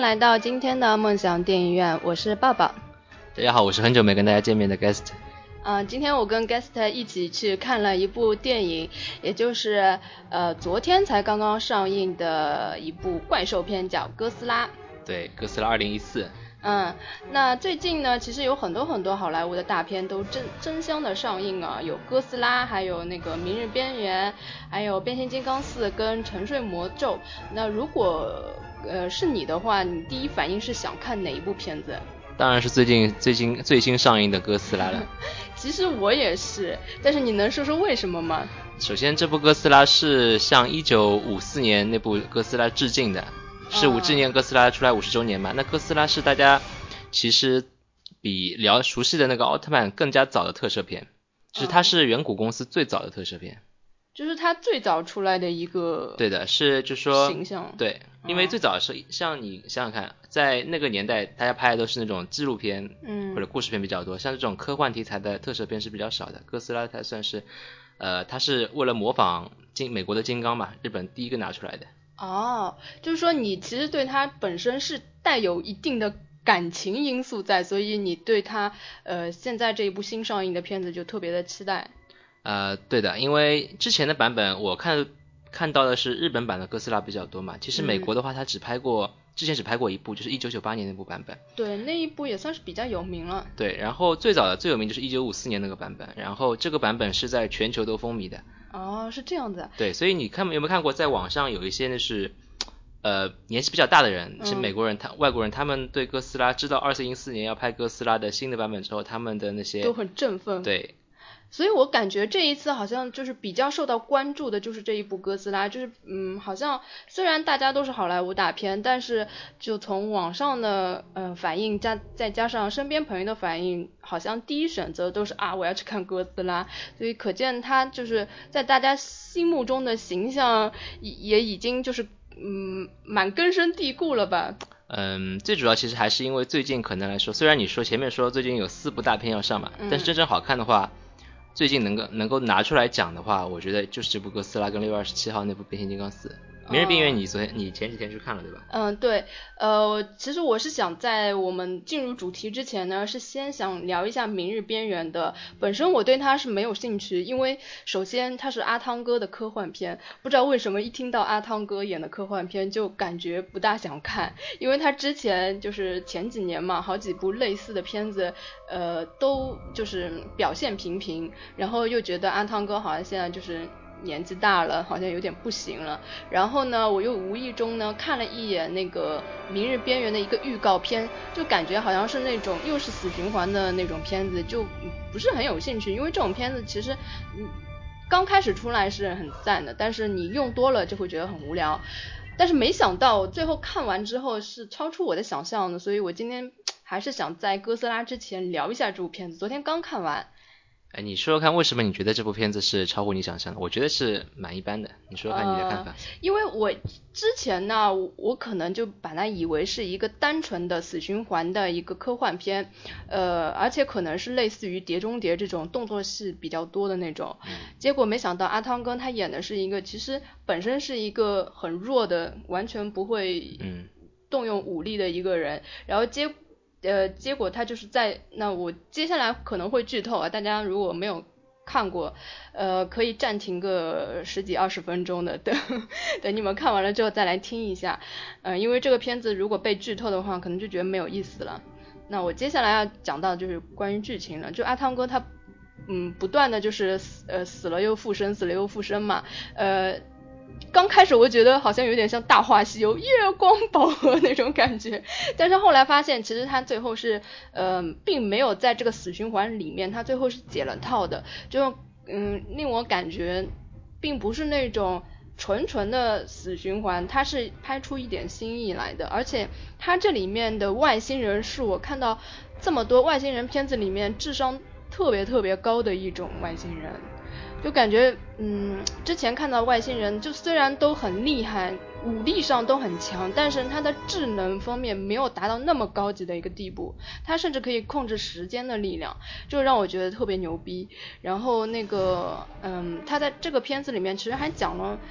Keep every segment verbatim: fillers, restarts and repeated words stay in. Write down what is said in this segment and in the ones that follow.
来到今天的梦想电影院，我是抱抱。 大家好，我是很久没跟大家见面的 Guest。 嗯、呃，今天我跟 Guest 一起去看了一部电影，也就是呃昨天才刚刚上映的一部怪兽片，叫《哥斯拉》。 对，哥斯拉二零一四。 嗯，那最近呢，其实有很多很多好莱坞的大片都争争相的上映啊，有哥斯拉，还有那个明日边缘，还有变形金刚四跟沉睡魔咒。那如果呃是你的话，你第一反应是想看哪一部片子？ 当然是最近最近最新上映的哥斯拉了。 其实我也是，但是你能说说为什么吗？ 首先，这部哥斯拉是向一九五四年那部哥斯拉致敬的。是五纪念哥斯拉出来五十周年嘛？那哥斯拉是大家其实比聊熟悉的那个奥特曼更加早的特摄片，就是它是远古公司最早的特摄片， 就是它最早出来的一个对的，是就说形象， 对，因为最早是像你想想看，在那个年代大家拍的都是那种纪录片，嗯，或者故事片比较多，像这种科幻题材的特摄片是比较少的。哥斯拉它算是，呃，它是为了模仿金美国的金刚嘛，日本第一个拿出来的。 哦，就是说你其实对它本身是带有一定的感情因素在，所以你对它呃现在这一部新上映的片子就特别的期待。 呃，对的，因为之前的版本我看看到的是日本版的哥斯拉比较多嘛，其实美国的话它只拍过、嗯、之前只拍过一部，就是一九九八年那部版本。 对，那一部也算是比较有名了。 对，然后最早的最有名就是一九五四年那个版本，然后这个版本是在全球都风靡的。 哦，是这样子。 对，所以你看有没有看过在网上有一些那是呃年纪比较大的人，是美国人，他、嗯、外国人，他们对哥斯拉知道二零一四年要拍哥斯拉的新的版本之后，他们的那些都很振奋。 对， 所以我感觉这一次好像就是比较受到关注的就是这一部哥斯拉，就是嗯，好像虽然大家都是好莱坞大片，但是就从网上的呃反应加再加上身边朋友的反应，好像第一选择都是啊我要去看哥斯拉，所以可见他就是在大家心目中的形象也已经就是嗯蛮根深蒂固了吧。 嗯，最主要其实还是因为最近可能来说，虽然你说前面说最近有四部大片要上嘛，嗯、但是真正好看的话。最近能够能够拿出来讲的话，我觉得就是这部哥斯拉跟六月二十七号那部变形金刚四。明日边缘你昨天、哦、你前几天去看了对吧？ 嗯，对，呃，其实我是想在我们进入主题之前呢，是先想聊一下明日边缘的。本身我对它是没有兴趣，因为首先它是阿汤哥的科幻片，不知道为什么一听到阿汤哥演的科幻片就感觉不大想看，因为他之前就是前几年嘛，好几部类似的片子，呃，都就是表现平平，然后又觉得阿汤哥好像现在就是年纪大了，好像有点不行了。然后呢，我又无意中呢看了一眼那个《明日边缘》的一个预告片，就感觉好像是那种又是死循环的那种片子，就不是很有兴趣。因为这种片子其实，嗯，刚开始出来是很赞的，但是你用多了就会觉得很无聊。但是没想到最后看完之后是超出我的想象的，所以我今天还是想在哥斯拉之前聊一下这部片子。昨天刚看完。 哎，你说说看，为什么你觉得这部片子是超乎你想象的？我觉得是蛮一般的，你说说看你的看法。 呃、因为我之前呢，我可能就把它以为是一个单纯的死循环的一个科幻片，呃，而且可能是类似于碟中谍这种动作戏比较多的那种。嗯、结果没想到阿汤哥他演的是一个其实本身是一个很弱的，完全不会动用武力的一个人，嗯、然后结呃，结果他就是在那我接下来可能会剧透啊，大家如果没有看过，呃，可以暂停个十几二十分钟的，等等你们看完了之后再来听一下，呃，因为这个片子如果被剧透的话，可能就觉得没有意思了。那我接下来要讲到就是关于剧情了，就阿汤哥他嗯不断的就是呃死了又复生，死了又复生嘛，呃。刚开始我觉得好像有点像大话西游月光宝盒那种感觉，但是后来发现其实他最后是呃并没有在这个死循环里面，他最后是解了套的，就嗯令我感觉并不是那种纯纯的死循环，它是拍出一点新意来的。而且它这里面的外星人是我看到这么多外星人片子里面智商特别特别高的一种外星人，就感觉嗯之前看到外星人就虽然都很厉害，武力上都很强，但是他的智能方面没有达到那么高级的一个地步，他甚至可以控制时间的力量，就让我觉得特别牛逼。然后那个嗯他在这个片子里面其实还讲了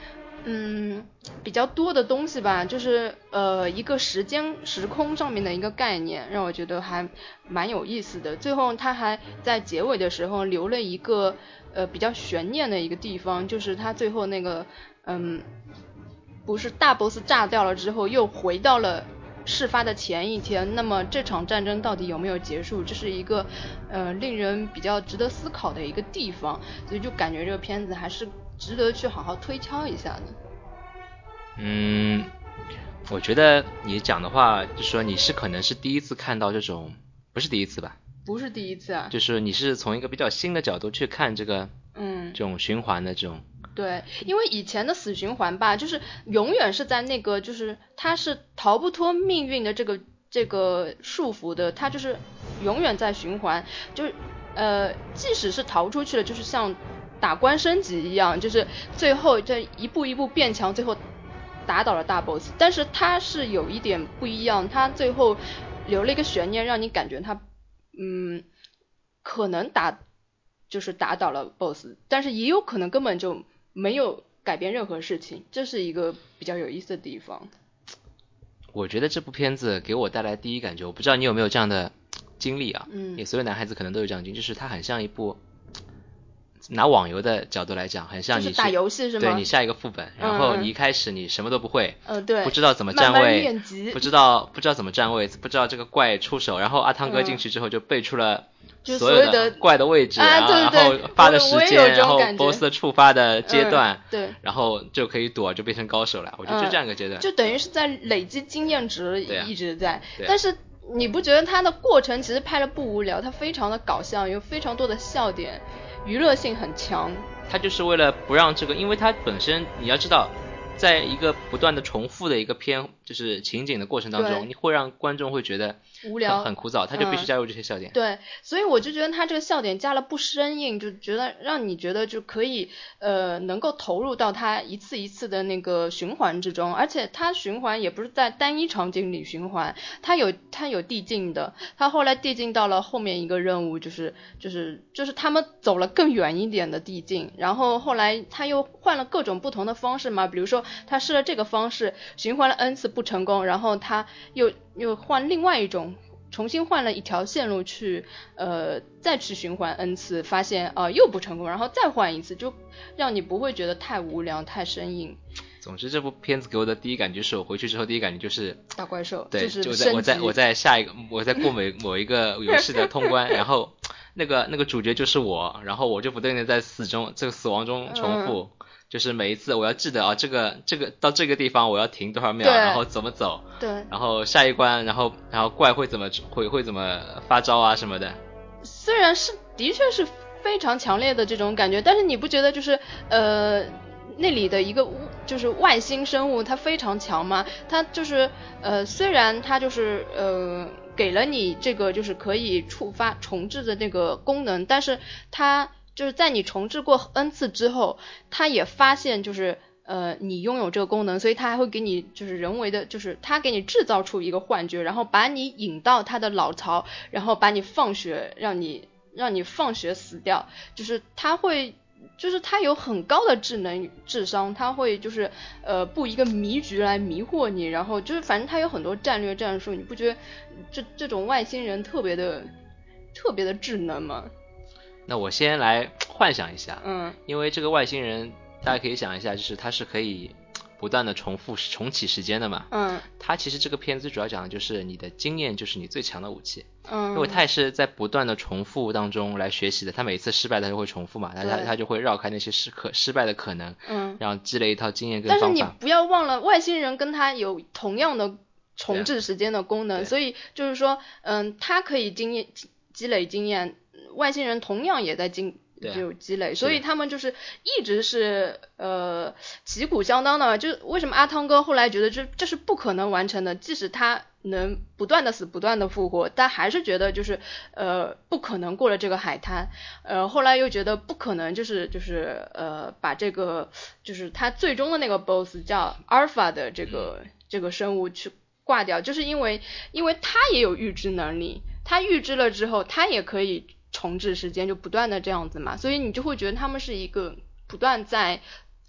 嗯比较多的东西吧，就是呃一个时间时空上面的一个概念，让我觉得还蛮有意思的。最后他还在结尾的时候留了一个呃比较悬念的一个地方，就是他最后那个嗯不是大 boss 炸掉了之后又回到了事发的前一天，那么这场战争到底有没有结束，这是一个呃令人比较值得思考的一个地方，所以就感觉这个片子还是值得去好好推敲一下的。 嗯，我觉得你讲的话，就是说你是可能是第一次看到这种，不是第一次吧？ 不是第一次啊。 就是你是从一个比较新的角度去看这个， 嗯， 这种循环的这种。 对，因为以前的死循环吧，就是永远是在那个，就是他是逃不脱命运的这个这个束缚的，他就是永远在循环，就是呃，即使是逃出去了，就是像打关升级一样，就是最后这一步一步变强，最后打倒了大 boss， 但是他是有一点不一样，他最后留了一个悬念，让你感觉他嗯可能打就是打倒了 boss， 但是也有可能根本就没有改变任何事情，这是一个比较有意思的地方。 我觉得这部片子给我带来第一感觉，我不知道你有没有这样的经历啊？ 嗯， 也所有男孩子可能都有这样的经历，就是它很像一部，拿网游的角度来讲，很像你就是打游戏是吗？ 对，你下一个副本，然后你一开始你什么都不会， 嗯、呃，对， 不知道怎么站位， 慢慢练级， 不知道不知道怎么站位，不知道这个怪出手，然后阿汤哥进去之后就背出了所有的怪的位置， 啊、对对对， 然后发的时间，然后 boss 的触发的阶段， 嗯、对， 然后就可以躲，就变成高手了。我觉得就这样一个阶段， 嗯、就等于是在累积经验值，一直在。 啊、 但是你不觉得它的过程其实拍的不无聊？它非常的搞笑，有非常多的笑点，娱乐性很强。 它就是为了不让这个，因为它本身你要知道，在一个不断的重复的一个片就是情景的过程当中，你会让观众会觉得无聊很枯燥，他就必须加入这些笑点、 嗯、对，所以我就觉得他这个笑点加了不生硬，就觉得让你觉得就可以呃能够投入到他一次一次的那个循环之中，而且他循环也不是在单一场景里循环，他有他有递进的，他后来递进到了后面一个任务，就是就是就是他们走了更远一点的递进，然后后来他又换了各种不同的方式嘛，比如说他试了这个方式循环了 n 次不成功，然后他又又换另外一种，重新换了一条线路去呃再去循环 n 次，发现呃又不成功，然后再换一次，就让你不会觉得太无聊太生硬。 总之这部片子给我的第一感觉是，我回去之后第一感觉就是打怪兽， 对， 就是就在我在我在下一个我在过某某一个游戏的通关然后那个那个主角就是我，然后我就不断的在死中这个死亡中重复、嗯，就是每一次我要记得啊，这个这个到这个地方我要停多少秒，然后怎么走， 对， 然后下一关，然后然后怪会怎么会会怎么发招啊什么的。 虽然是的确是非常强烈的这种感觉，但是你不觉得就是呃那里的一个就是外星生物它非常强吗？它就是呃虽然它就是呃给了你这个就是可以触发重置的那个功能，但是它就是在你重置过 n 次之后，它也发现就是呃你拥有这个功能，所以它还会给你就是人为的，就是它给你制造出一个幻觉，然后把你引到它的老巢，然后把你放血，让你让你放血死掉，就是它会就是它有很高的智能智商，它会就是呃布一个迷局来迷惑你，然后就是反正它有很多战略战术，你不觉得这这种外星人特别的特别的智能吗？ 那我先来幻想一下， 嗯， 因为这个外星人大家可以想一下，就是它是可以不断的重复重启时间的嘛， 嗯， 它其实这个片子主要讲的就是你的经验就是你最强的武器， 嗯， 因为它也是在不断的重复当中来学习的，它每次失败它就会重复嘛，它它就会绕开那些失可失败的可能， 嗯， 然后积累一套经验跟方法。 但是你不要忘了，外星人跟他有同样的重置时间的功能，所以就是说，嗯，他可以经验积累经验，外星人同样也在经就积累，所以他们就是一直是呃旗鼓相当的。就为什么阿汤哥后来觉得这这是不可能完成的，即使他能不断的死不断的复活，但还是觉得就是呃不可能过了这个海滩，呃后来又觉得不可能就是就是呃把这个就是他最终的那个 boss 叫 Alpha 的这个、嗯、这个生物去挂掉，就是因为因为他也有预知能力，他预知了之后他也可以重置时间，就不断的这样子嘛，所以你就会觉得他们是一个不断在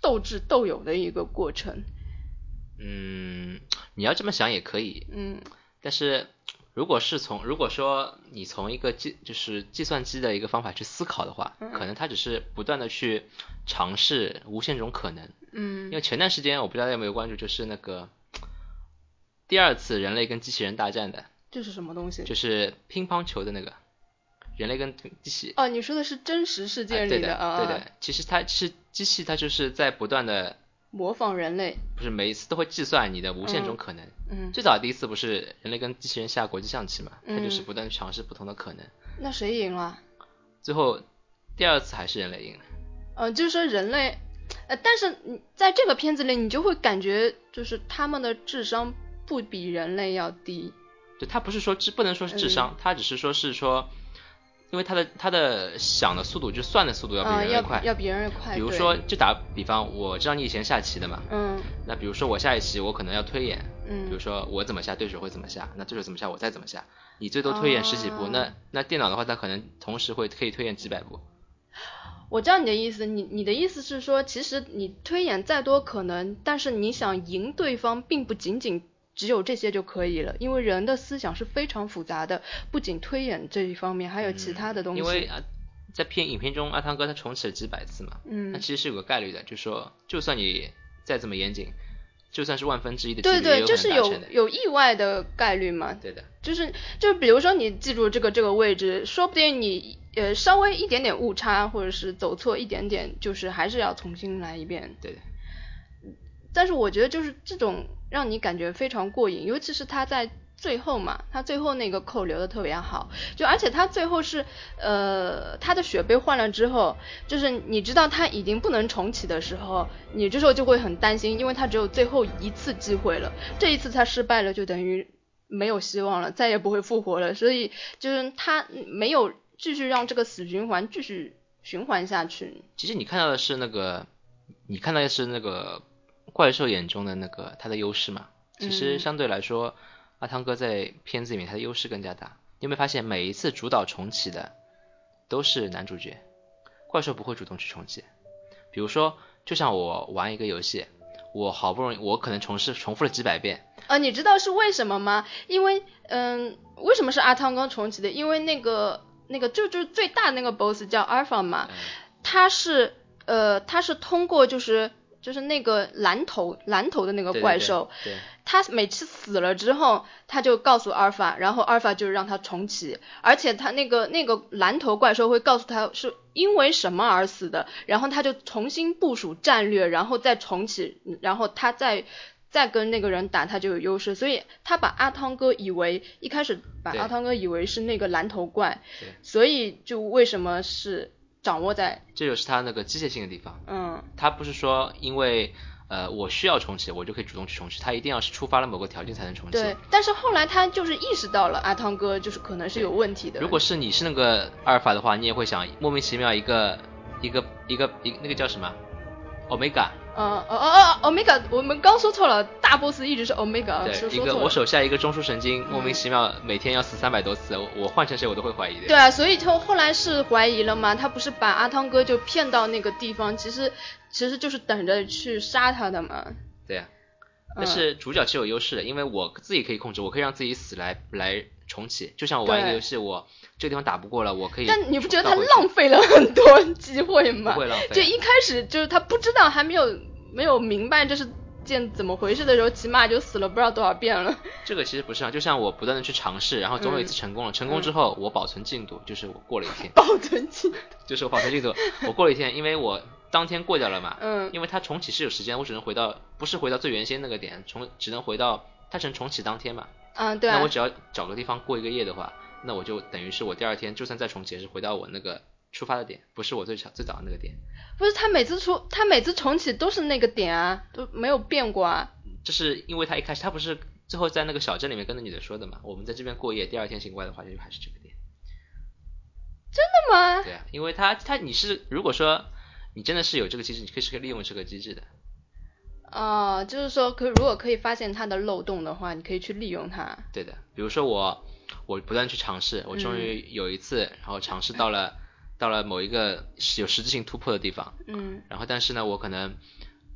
斗智斗勇的一个过程。 嗯，你要这么想也可以， 嗯， 但是如果是从如果说你从一个计就是计算机的一个方法去思考的话， 嗯、 可能它只是不断的去尝试无限种可能。 嗯， 因为前段时间我不知道大家有没有关注，就是那个第二次人类跟机器人大战的， 这是什么东西？ 就是乒乓球的那个人类跟机器。 哦，你说的是真实世界里的啊？对的，对的。其实它其实机器它就是在不断的模仿人类， 不是每一次都会计算你的无限种可能。 嗯， 最早第一次不是人类跟机器人下国际象棋嘛， 嗯、 它就是不断尝试不同的可能。 那谁赢了？ 最后第二次还是人类赢了。 呃，就是说人类，呃，但是你在这个片子里，你就会感觉就是他们的智商不比人类要低。 对，他不是说智不能说是智商， 嗯、 他只是说是说。因为它的它的想的速度，就算的速度要比人类快， 嗯、要, 要比人类快。 比如说，就打比方，我知道你以前下棋的嘛， 嗯， 那比如说我下一棋，我可能要推演， 嗯， 比如说我怎么下，对手会怎么下，那对手怎么下，我再怎么下，你最多推演十几步， 啊、 那那电脑的话，它可能同时会可以推演几百步。 我知道你的意思，你你的意思是说，其实你推演再多可能，但是你想赢对方，并不仅仅只有这些就可以了，因为人的思想是非常复杂的，不仅推演这一方面，还有其他的东西。 嗯、因为啊，在片影片中，阿汤哥他重启了几百次嘛， 嗯， 那其实是有个概率的，就是说，就算你再怎么严谨，就算是万分之一的几率， 对对，就是有有有意外的概率嘛。 对的， 就是就比如说你记住这个这个位置，说不定你呃稍微一点点误差，或者是走错一点点，就是还是要重新来一遍。 对的。 但是我觉得就是这种让你感觉非常过瘾，尤其是他在最后嘛，他最后那个扣留的特别好，就而且他最后是呃他的血被换了之后，就是你知道他已经不能重启的时候，你这时候就会很担心，因为他只有最后一次机会了，这一次他失败了就等于没有希望了，再也不会复活了，所以就是他没有继续让这个死循环继续循环下去。 其实你看到的是那个你看到的是那个怪兽眼中的那个他的优势嘛，其实相对来说、嗯、阿汤哥在片子里面他的优势更加大。你有没有发现每一次主导重启的都是男主角，怪兽不会主动去重启。比如说就像我玩一个游戏，我好不容易我可能重试重复了几百遍， 呃你知道是为什么吗？因为嗯为什么是阿汤哥重启的？因为那个那个就就是最大的那个 boss 叫 Alpha 嘛、嗯、他是呃他是通过就是就是那个蓝头蓝头的那个怪兽， 对对对对， 他每次死了之后，他就告诉阿尔法，然后阿尔法就让他重启，而且他那个那个蓝头怪兽会告诉他是因为什么而死的，然后他就重新部署战略，然后再重启，然后他再再跟那个人打，他就有优势。所以他把阿汤哥以为一开始把阿汤哥以为是那个蓝头怪，所以就为什么是掌握在， 这就是他那个机械性的地方。 嗯， 他不是说因为呃我需要重启我就可以主动去重启，他一定要是触发了某个条件才能重启。 对，但是后来他就是意识到了阿汤哥就是可能是有问题的。 如果是你是那个阿尔法的话，你也会想莫名其妙一个一个一个一个那个叫什么 Omega。 呃哦哦哦 Omega 我们刚说错了，大 boss 一直是 Omega。 对，一个我手下一个中枢神经、嗯、莫名其妙每天要死三百多次，我我换成谁我都会怀疑的。 对啊，所以后后来是怀疑了嘛，他不是把阿汤哥就骗到那个地方，其实其实就是等着去杀他的嘛。 对啊，但是主角是有优势的、嗯、因为我自己可以控制，我可以让自己死来来重启，就像我玩一个游戏，我这个地方打不过了我可以。 但你不觉得他浪费了很多机会吗？ 不会浪费、啊、 就一开始就是他不知道还没有没有明白这是件怎么回事的时候，起码就死了不知道多少遍了。 这个其实不是啊，就像我不断的去尝试，然后总有一次成功了、嗯、成功之后我保存进度，就是我过了一天保存进度就是我保存进度我过了一天，因为我当天过掉了嘛， 嗯， 因为它重启是有时间，我只能回到不是回到最原先那个点，重只能回到它只能重启当天嘛， 嗯，对啊， 那我只要找个地方过一个夜的话，那我就等于是我第二天就算再重启也是回到我那个出发的点，不是我最早最早的那个点。 不是他每次出他每次重启都是那个点啊，都没有变过啊。 这是因为他一开始他不是最后在那个小镇里面跟那女的说的嘛，我们在这边过夜，第二天醒过来的话就还是这个点。 真的吗？ 对啊，因为他他你是如果说你真的是有这个机制，你可以是可以利用这个机制的。 哦、呃，就是说可如果可以发现它的漏洞的话，你可以去利用它。 对的，比如说我我不断去尝试，我终于有一次、嗯、然后尝试到了到了某一个有实质性突破的地方， 嗯， 然后但是呢我可能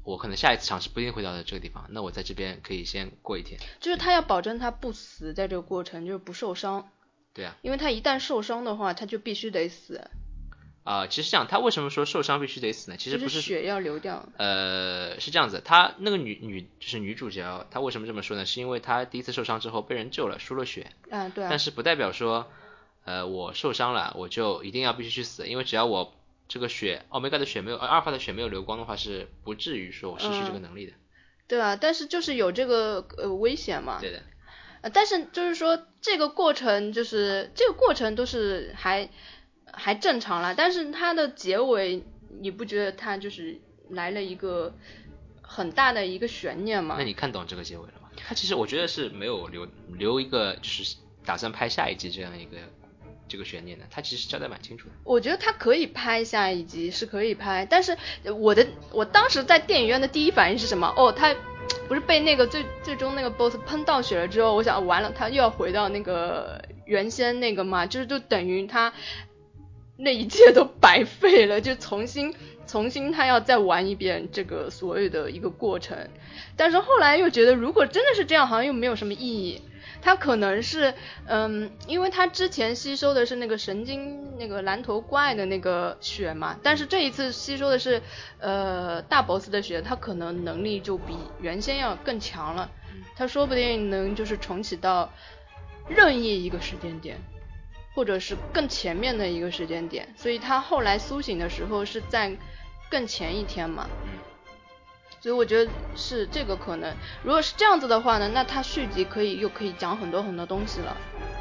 我可能下一次尝试不一定会到这个地方，那我在这边可以先过一天。 就是他要保证他不死，在这个过程就是不受伤。 对啊， 因为他一旦受伤的话，他就必须得死。 啊、呃，其实这样，他为什么说受伤必须得死呢？其实不是， 就是血要流掉。 呃，是这样子，他那个女女就是女主角，她为什么这么说呢？是因为她第一次受伤之后被人救了，输了血。 啊，对啊。 但是不代表说，呃，我受伤了，我就一定要必须去死，因为只要我这个血，欧米伽的血没有，阿尔法的血没有流光的话，是不至于说我失去这个能力的。嗯、 对啊，但是就是有这个呃危险嘛。 对的。 呃，但是就是说这个过程就是这个过程都是还还正常啦，但是它的结尾你不觉得它就是来了一个很大的一个悬念吗？ 那你看懂这个结尾了吗？它其实我觉得是没有留留一个就是打算拍下一季这样一个这个悬念的，它其实交代蛮清楚的。 我觉得它可以拍下一集是可以拍，但是我的我当时在电影院的第一反应是什么？哦，他不是被那个最最终那个 boss 喷到血了之后，我想、哦、完了，他又要回到那个原先那个嘛，就是就等于他那一切都白费了，就重新重新他要再玩一遍这个所谓的一个过程。但是后来又觉得如果真的是这样好像又没有什么意义，他可能是嗯，因为他之前吸收的是那个神经那个蓝头怪的那个血嘛，但是这一次吸收的是呃大 boss 的血，他可能能力就比原先要更强了，他说不定能就是重启到任意一个时间点，或者是更前面的一个时间点，所以他后来苏醒的时候是在更前一天嘛。所以我觉得是这个可能，如果是这样子的话呢，那他续集可以又可以讲很多很多东西了。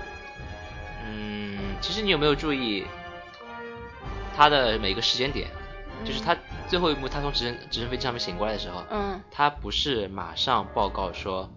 嗯，其实你有没有注意他的每个时间点、嗯、就是他最后一幕他从直升直升飞机上面醒过来的时候， 嗯， 他不是马上报告说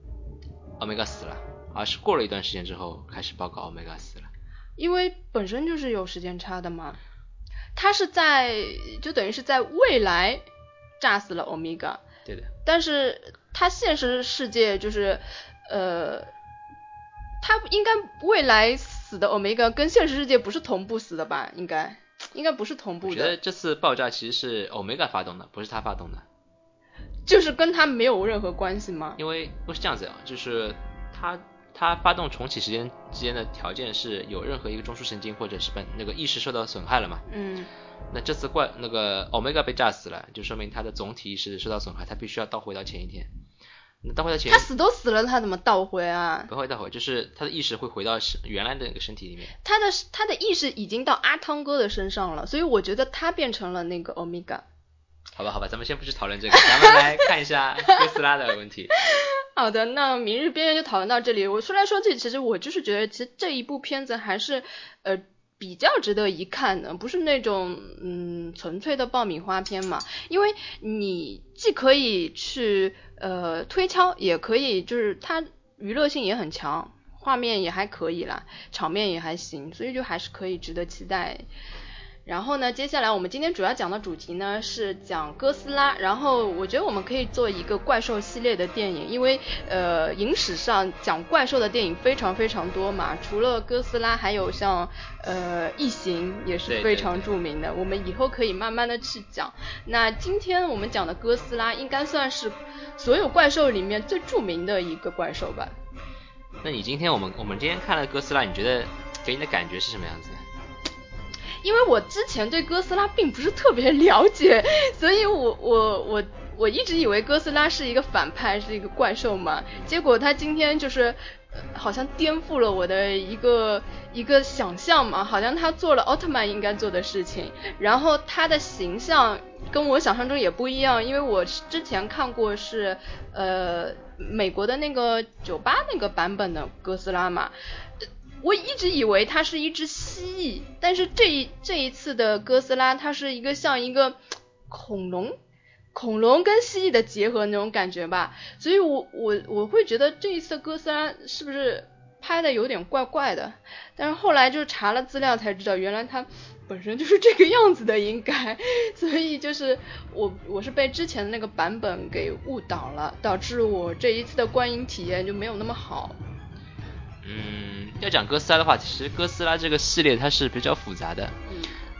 Omega 死了，而是过了一段时间之后开始报告 Omega 死了。 因为本身就是有时间差的嘛，他是在就等于是在未来炸死了 Omega。 对的。 但是他现实世界就是呃他应该未来死的 Omega 跟现实世界不是同步死的吧，应该应该不是同步的。 我觉得这次爆炸其实是 Omega 发动的，不是他发动的。 就是跟他没有任何关系吗？ 因为不是这样子啊，就是他他发动重启时间之间的条件是有任何一个中枢神经或者是本那个意识受到损害了嘛。 嗯。 那这次怪那个 Omega 被炸死了，就说明他的总体意识受到损害，他必须要倒回到前一天。那倒回到前一天， 他死都死了，他怎么倒回啊？ 不会倒回，就是他的意识会回到原来的那个身体里面。 他的他的意识已经到阿汤哥的身上了，所以我觉得他变成了那个 Omega。 好吧好吧，咱们先不去讨论这个，咱们来看一下哥斯拉的问题。 好的，那明日边缘就讨论到这里。我说来说去，其实我就是觉得，其实这一部片子还是呃比较值得一看的，不是那种嗯纯粹的爆米花片嘛。因为你既可以去呃推敲，也可以就是它娱乐性也很强，画面也还可以啦，场面也还行，所以就还是可以值得期待。然后呢，接下来我们今天主要讲的主题呢是讲哥斯拉，然后我觉得我们可以做一个怪兽系列的电影，因为呃影史上讲怪兽的电影非常非常多嘛，除了哥斯拉还有像呃异形也是非常著名的，对对对，我们以后可以慢慢的去讲。那今天我们讲的哥斯拉应该算是所有怪兽里面最著名的一个怪兽吧。 那你今天我们我们今天看了哥斯拉，你觉得给你的感觉是什么样子的？ 因为我之前对哥斯拉并不是特别了解，所以我我我我一直以为哥斯拉是一个反派，是一个怪兽嘛，结果他今天就是呃好像颠覆了我的一个一个想象嘛，好像他做了奥特曼应该做的事情，然后他的形象跟我想象中也不一样，因为我之前看过是呃美国的那个九八那个版本的哥斯拉嘛，我一直以为它是一只蜥蜴，但是这一这一次的哥斯拉它是一个像一个恐龙恐龙跟蜥蜴的结合那种感觉吧，所以我我我会觉得这一次哥斯拉是不是拍的有点怪怪的，但是后来就查了资料才知道原来它本身就是这个样子的应该，所以就是我我是被之前的那个版本给误导了，导致我这一次的观影体验就没有那么好。 嗯，要讲哥斯拉的话，其实哥斯拉这个系列它是比较复杂的。 嗯，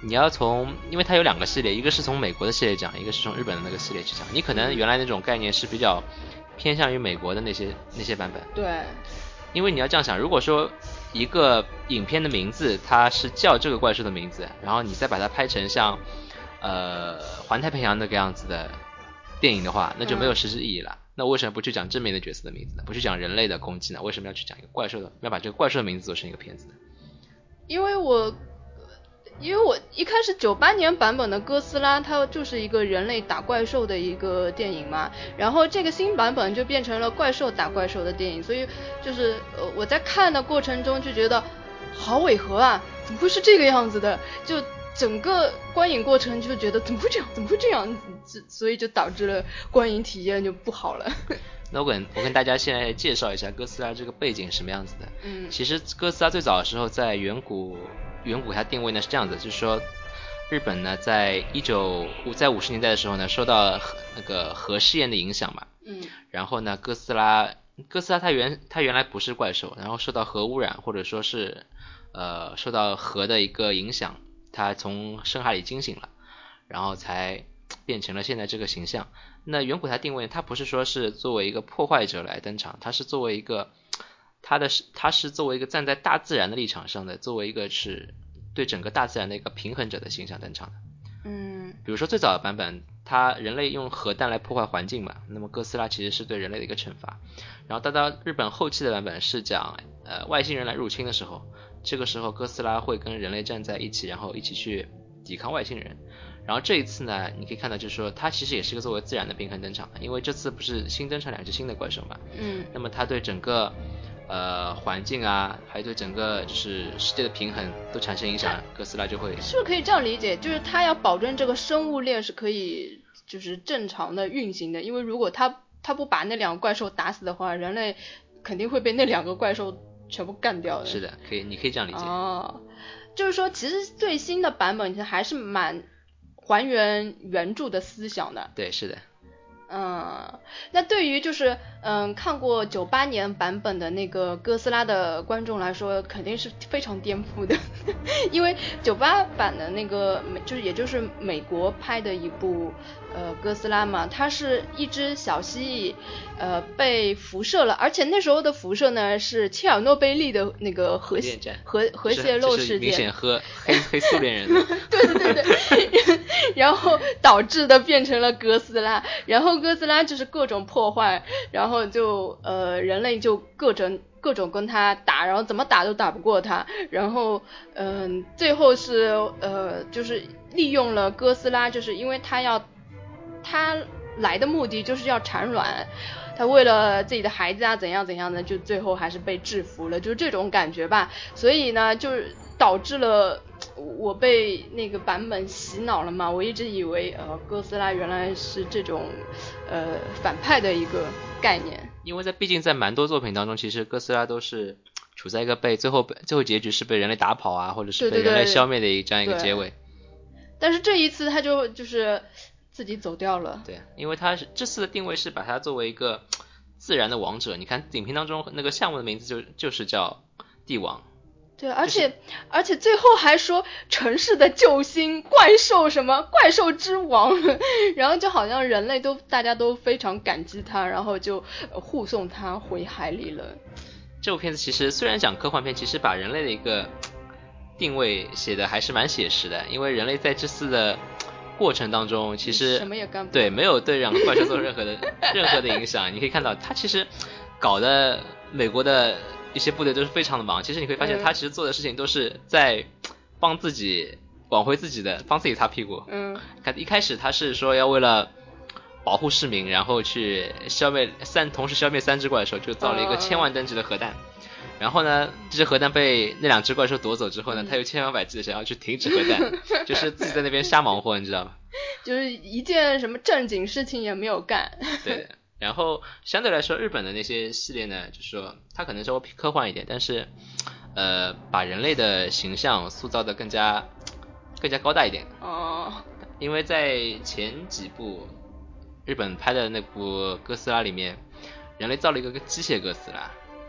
你要从，因为它有两个系列，一个是从美国的系列讲，一个是从日本的那个系列去讲。你可能原来那种概念是比较偏向于美国的那些那些版本。 对。 因为你要这样想，如果说一个影片的名字它是叫这个怪兽的名字，然后你再把它拍成像呃环太平洋那个样子的电影的话，那就没有实质意义了。嗯、那为什么不去讲正面的角色的名字呢？不去讲人类的攻击呢？为什么要去讲一个怪兽的？要把这个怪兽的名字做成一个片子呢？ 因为我。因为我一开始九八年版本的哥斯拉它就是一个人类打怪兽的一个电影嘛，然后这个新版本就变成了怪兽打怪兽的电影，所以就是呃我在看的过程中就觉得好违和啊，怎么会是这个样子的，就整个观影过程就觉得怎么会这样怎么会这样，所以就导致了观影体验就不好了。 那我跟我跟大家现在介绍一下哥斯拉这个背景是什么样子的。 嗯， 其实哥斯拉最早的时候在远古远古它定位呢是这样子，就是说日本呢在一九在五十年代的时候呢受到那个核试验的影响嘛。 嗯， 然后呢哥斯拉哥斯拉它原它原来不是怪兽，然后受到核污染或者说是呃受到核的一个影响，它从深海里惊醒了，然后才变成了现在这个形象。那远古它定位它不是说是作为一个破坏者来登场，它是作为一个它的它是作为一个站在大自然的立场上的，作为一个是对整个大自然的一个平衡者的形象登场的。 嗯， 比如说最早的版本它人类用核弹来破坏环境嘛，那么哥斯拉其实是对人类的一个惩罚。然后到到日本后期的版本是讲呃外星人来入侵的时候，这个时候哥斯拉会跟人类站在一起，然后一起去抵抗外星人。然后这一次呢你可以看到就是说它其实也是一个作为自然的平衡登场的，因为这次不是新登场两只新的怪兽嘛。 嗯， 那么它对整个呃环境啊还有对整个就是世界的平衡都产生影响，哥斯拉就会是不是可以这样理解，就是它要保证这个生物链是可以就是正常的运行的，因为如果它它不把那两个怪兽打死的话，人类肯定会被那两个怪兽全部干掉的。 是的，可以你可以这样理解。 哦，就是说其实最新的版本其实还是蛮还原原著的思想的。 对，是的。 嗯，那对于就是嗯看过九八年版本的那个哥斯拉的观众来说，肯定是非常颠覆的，因为九八版的那个就是也就是美国拍的一部呃哥斯拉嘛，它是一只小蜥蜴呃被辐射了，而且那时候的辐射呢是切尔诺贝利的那个核核核泄漏事件， 明显和黑黑苏联人对对对对然后导致的变成了哥斯拉，然后哥斯拉就是各种破坏，然后就呃人类就各种各种跟他打，然后怎么打都打不过他，然后嗯、呃、最后是呃就是利用了哥斯拉，就是因为他要他来的目的就是要产卵，他为了自己的孩子啊怎样怎样的，就最后还是被制服了，就这种感觉吧。所以呢就是导致了我被那个版本洗脑了嘛，我一直以为呃哥斯拉原来是这种呃反派的一个概念。 因为在毕竟在蛮多作品当中，其实哥斯拉都是处在一个被最后最后结局是被人类打跑啊，或者是被人类消灭的一这样一个结尾。 但是这一次他就就是自己走掉了。 对，因为他是这次的定位是把它作为一个自然的王者，你看影片当中那个项目的名字就就是叫帝王。 对，而且、就是、而且最后还说城市的救星怪兽什么怪兽之王，然后就好像人类都大家都非常感激他，然后就护送他回海里了。 这部片子其实虽然讲科幻片，其实把人类的一个定位写的还是蛮写实的，因为人类在这次的过程当中其实什么也干不对没有对两个怪兽做任何的任何的影响。你可以看到他其实搞的美国的一些部队都是非常的忙，其实你会发现他其实做的事情都是在帮自己挽回自己的，帮自己擦屁股。 嗯， 看一开始他是说要为了保护市民，然后去消灭三同时消灭三只怪兽，就造了一个千万吨级的核弹。嗯、然后呢这只核弹被那两只怪兽夺走之后呢、嗯、他又千方百计的想要去停止核弹就是自己在那边瞎忙活，你知道吗？ 就是一件什么正经事情也没有干。 对，然后相对来说日本的那些系列呢，就是说它可能稍微科幻一点，但是呃把人类的形象塑造的更加更加高大一点。 哦， 因为在前几部日本拍的那部哥斯拉里面，人类造了一个机械哥斯拉，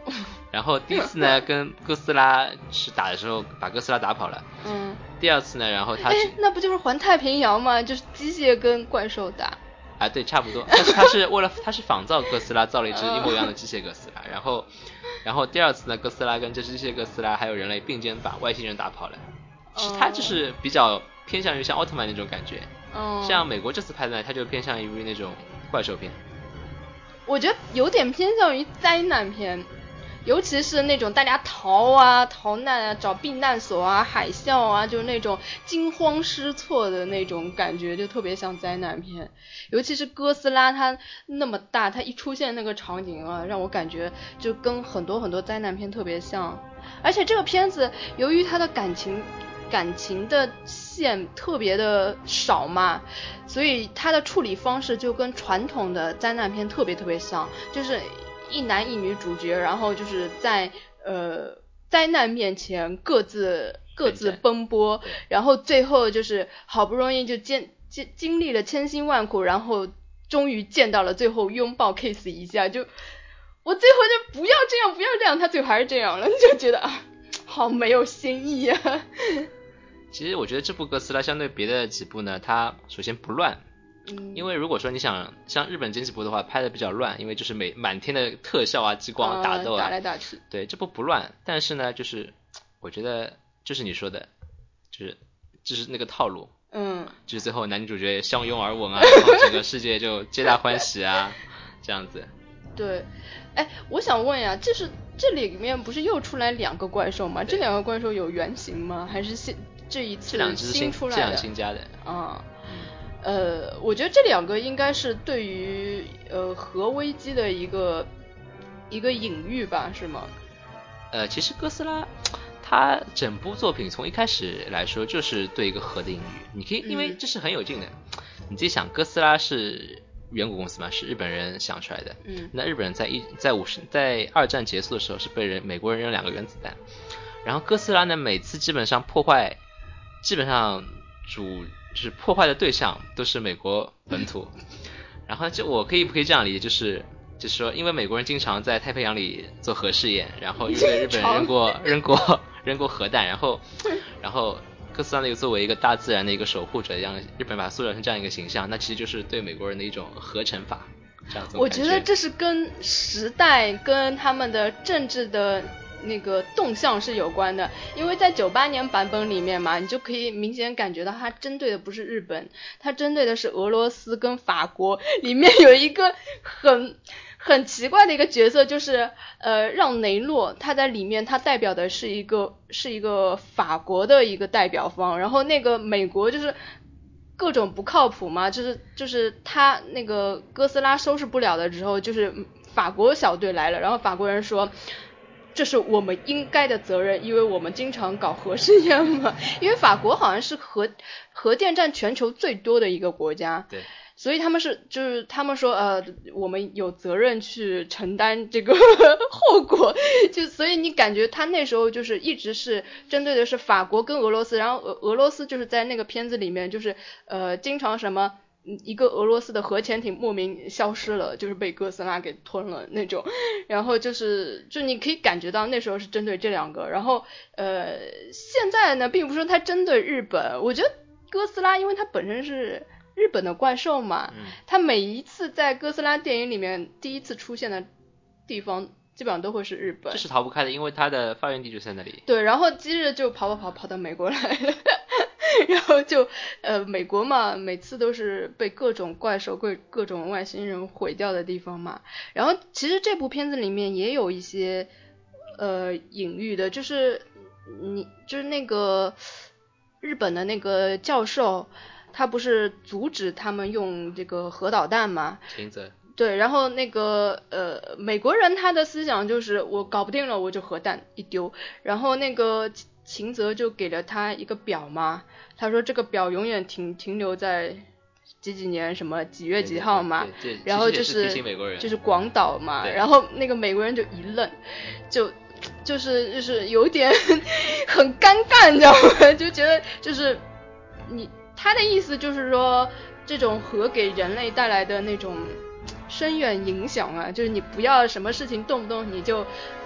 然后第一次呢跟哥斯拉是打的时候把哥斯拉打跑了。 嗯。 第二次呢，然后他哎，那不就是环太平洋吗？就是机械跟怪兽打。 啊，对，差不多。但是他是为了他是仿造哥斯拉，造了一只一模一样的机械哥斯拉。然后，然后第二次呢，哥斯拉跟这只机械哥斯拉还有人类并肩把外星人打跑了。是他就是比较偏向于像奥特曼那种感觉。 嗯。 像美国这次拍的呢，他就偏向于那种怪兽片。 我觉得有点偏向于灾难片。尤其是那种大家逃啊逃难啊找避难所啊海啸啊，就是那种惊慌失措的那种感觉，就特别像灾难片。尤其是哥斯拉它那么大，它一出现那个场景啊，让我感觉就跟很多很多灾难片特别像。而且这个片子由于它的感情感情的线特别的少嘛，所以它的处理方式就跟传统的灾难片特别特别像，就是一男一女主角，然后就是在呃灾难面前各自各自奔波，然后最后就是好不容易就经经经历了千辛万苦，然后终于见到了，最后拥抱 kiss 一下，就我最后就不要这样不要这样，他最后还是这样了，就觉得啊好没有新意啊。 其实我觉得这部哥斯拉相对别的几部呢，它首先不乱。 嗯， 因为如果说你想像日本惊喜部的话，拍的比较乱，因为就是每满天的特效啊、激光、打斗啊， 打来打去。对， 这部不乱，但是呢，就是我觉得就是你说的，就是就是那个套路， 嗯， 就是最后男女主角相拥而吻啊，然后整个世界就皆大欢喜啊，这样子。 对，哎，我想问呀，这是这里面不是又出来两个怪兽吗？这两个怪兽有原型吗？还是新这一次新出来的？ 这两只新加的。 啊。呃，我觉得这两个应该是对于呃核危机的一个一个隐喻吧，是吗？ 呃，其实哥斯拉它整部作品从一开始来说就是对一个核的隐喻，你可以因为这是很有劲的，嗯、你自己想，哥斯拉是远古公司嘛，是日本人想出来的， 嗯， 那日本人在一在五十在二战结束的时候是被人美国人扔两个原子弹，然后哥斯拉呢每次基本上破坏，基本上主。就是破坏的对象都是美国本土，然后就我可以不可以这样理解，就是就是说，因为美国人经常在太平洋里做核试验，然后又对日本人扔过扔过扔过核弹，然后然后哥斯拉那个作为一个大自然的一个守护者，让日本把它塑造成这样一个形象，那其实就是对美国人的一种核惩罚，这样子。 我觉得这是跟时代跟他们的政治的那个动向是有关的，因为在九八年版本里面嘛，你就可以明显感觉到它针对的不是日本，它针对的是俄罗斯跟法国。里面有一个很很奇怪的一个角色，就是呃让雷诺，他在里面他代表的是一个是一个法国的一个代表方，然后那个美国就是各种不靠谱嘛，就是就是他那个哥斯拉收拾不了的时候，就是法国小队来了，然后法国人说这是我们应该的责任，因为我们经常搞核试验嘛。因为法国好像是核核电站全球最多的一个国家， 对， 所以他们是就是他们说呃我们有责任去承担这个后果，就所以你感觉他那时候就是一直是针对的是法国跟俄罗斯，然后俄俄罗斯就是在那个片子里面就是呃经常什么。一个俄罗斯的核潜艇莫名消失了，就是被哥斯拉给吞了那种，然后就是就你可以感觉到那时候是针对这两个，然后呃现在呢并不是它针对日本，我觉得哥斯拉因为它本身是日本的怪兽嘛， 嗯、 它每一次在哥斯拉电影里面第一次出现的地方基本上都会是日本， 这是逃不开的，因为它的发源地就在那里。 对，然后今日就跑跑跑跑到美国来了。然后就呃美国嘛，每次都是被各种怪兽各各种外星人毁掉的地方嘛。然后其实这部片子里面也有一些呃隐喻的，就是你就是那个日本的那个教授，他不是阻止他们用这个核导弹嘛？ 秦泽。 对，然后那个呃美国人他的思想就是我搞不定了我就核弹一丢，然后那个秦泽就给了他一个表嘛，他说这个表永远停停留在几几年什么几月几号嘛， 对对对对， 然后就是就是广岛嘛，然后那个美国人就一愣，就就是就是有点很尴尬，你知道吗？就觉得就是你他的意思就是说这种核给人类带来的那种深远影响啊，就是你不要什么事情动不动你就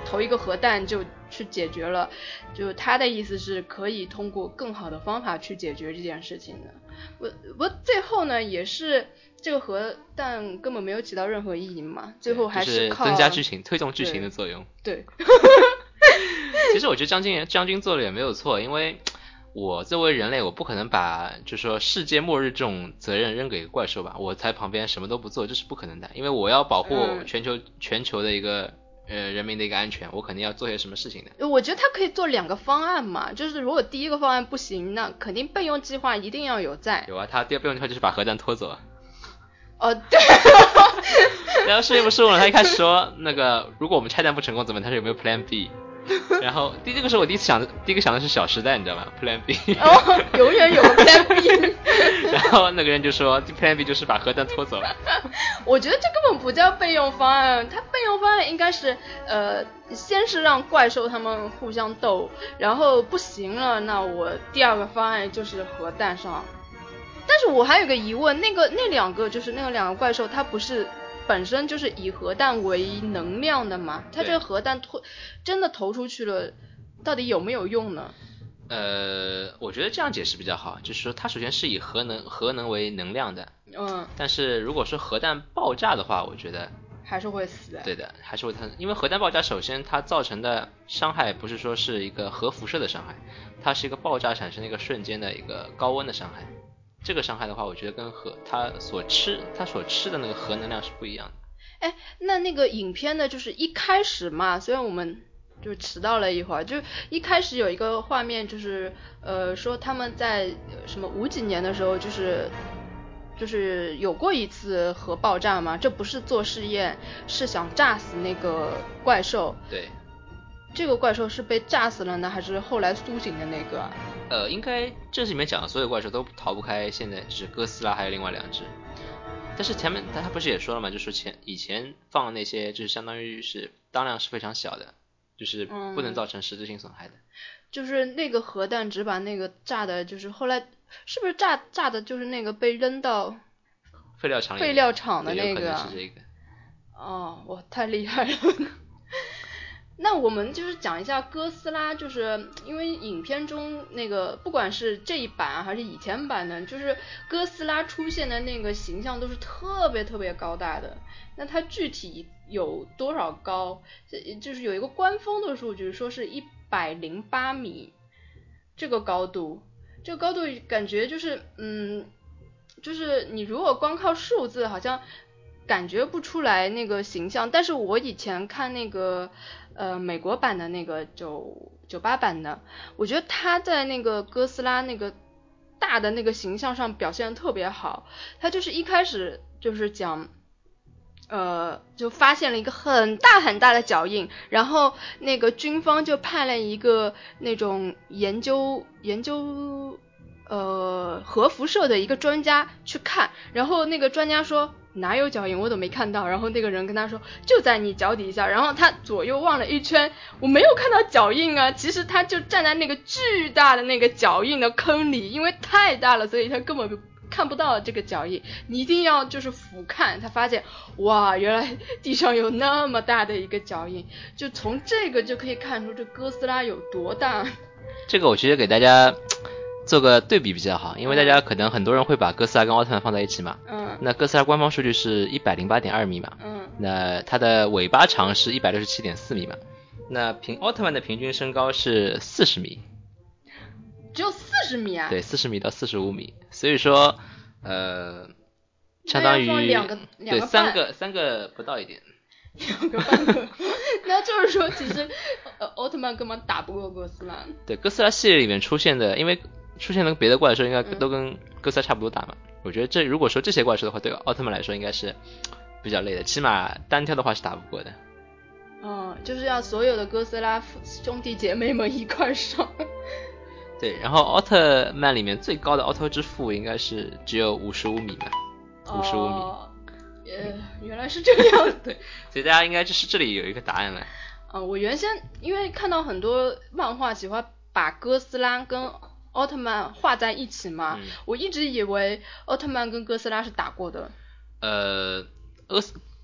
投一个核弹就去解决了，就他的意思是可以通过更好的方法去解决这件事情的。我我最后呢也是这个核弹根本没有起到任何意义嘛，最后还是靠、 就是、增加剧情推动剧情的作用。 对， 对其实我觉得将军将军做的也没有错，因为我作为人类，我不可能把就是说世界末日这种责任扔给怪兽吧，我在旁边什么都不做，这是不可能的，因为我要保护全球、嗯、全球的一个呃人民的一个安全，我肯定要做些什么事情的。 我觉得他可以做两个方案嘛，就是如果第一个方案不行，那肯定备用计划一定要有在。 有啊，他第二备用计划就是把核弹拖走。 哦，对。 然后事情不是了，他一开始说那个如果我们拆弹不成功怎么办？他说有没有 Plan B？然后第这个是我第一次想的，第一个想的是小时代，你知道吗 ？Plan B。 哦，永远有个 Plan B。 然后那个人就说 ，Plan B 就是把核弹拖走。 我觉得这根本不叫备用方案，它备用方案应该是呃，先是让怪兽他们互相斗，然后不行了，那我第二个方案就是核弹上。但是我还有个疑问，那个那两个就是那个两个怪兽，它不是本身就是以核弹为能量的嘛？它这个核弹投真的投出去了，到底有没有用呢？ 呃，我觉得这样解释比较好，就是说它首先是以核能核能为能量的， 嗯， 但是如果说核弹爆炸的话，我觉得还是会死的。 对的，还是会它，因为核弹爆炸首先它造成的伤害不是说是一个核辐射的伤害，它是一个爆炸产生的一个瞬间的一个高温的伤害。这个伤害的话，我觉得跟核它所吃它所吃的那个核能量是不一样的。 哎，那那个影片呢，就是一开始嘛，虽然我们就迟到了一会儿，就一开始有一个画面，就是呃说他们在什么五几年的时候，就是就是有过一次核爆炸嘛，这不是做试验，是想炸死那个怪兽。 对。 这个怪兽是被炸死了呢，还是后来苏醒的那个？ 呃，应该这里面讲的所有怪兽都逃不开现在就是哥斯拉还有另外两只。但是前面他不是也说了嘛，就说前以前放的那些就是相当于是当量是非常小的，就是不能造成实质性损害的。 嗯、就是那个核弹只把那个炸的，就是后来是不是炸炸的就是那个被扔到废料厂里废料厂的那个？ 有可能是这个。 哦，哇，太厉害了。那我们就是讲一下哥斯拉，就是因为影片中那个不管是这一版还是以前版的，就是哥斯拉出现的那个形象都是特别特别高大的。那它具体有多少高？就是有一个官方的数据说是一百零八米，这个高度，这个高度感觉就是嗯，就是你如果光靠数字好像感觉不出来那个形象，但是我以前看那个呃美国版的那个九九八版的，我觉得他在那个哥斯拉那个大的那个形象上表现得特别好。他就是一开始就是讲呃就发现了一个很大很大的脚印，然后那个军方就派了一个那种研究研究呃核辐射的一个专家去看，然后那个专家说哪有脚印，我都没看到。然后那个人跟他说就在你脚底下，然后他左右望了一圈，我没有看到脚印啊。其实他就站在那个巨大的那个脚印的坑里，因为太大了，所以他根本看不到这个脚印。你一定要就是俯瞰，他发现哇，原来地上有那么大的一个脚印，就从这个就可以看出这哥斯拉有多大。 这个我觉得给大家做个对比比较好，因为大家可能很多人会把哥斯拉跟奥特曼放在一起嘛。嗯。那哥斯拉官方数据是一百零八点二米嘛。嗯。那它的尾巴长是一百六十七点四米嘛。那平奥特曼的平均身高是四十米。 只有四十米啊？ 对，四十米到四十五米，所以说呃，相当于两个两对个三个三个不到一点。 两个半个，那就是说其实呃奥特曼根本打不过哥斯拉。 对，哥斯拉系列里面出现的，因为出现了别的怪兽应该都跟哥斯拉差不多大嘛。嗯、我觉得这如果说这些怪兽的话，对奥特曼来说应该是比较累的，起码单挑的话是打不过的。 嗯，就是要所有的哥斯拉兄弟姐妹们一块上。 对，然后奥特曼里面最高的奥特之父应该是只有五十五米嘛，五十五米。 哦呃，原来是这样。 对，所以大家应该就是这里有一个答案了。 啊、呃，我原先因为看到很多漫画喜欢把哥斯拉跟奥特曼画在一起嘛，嗯、我一直以为奥特曼跟哥斯拉是打过的。 呃，哥斯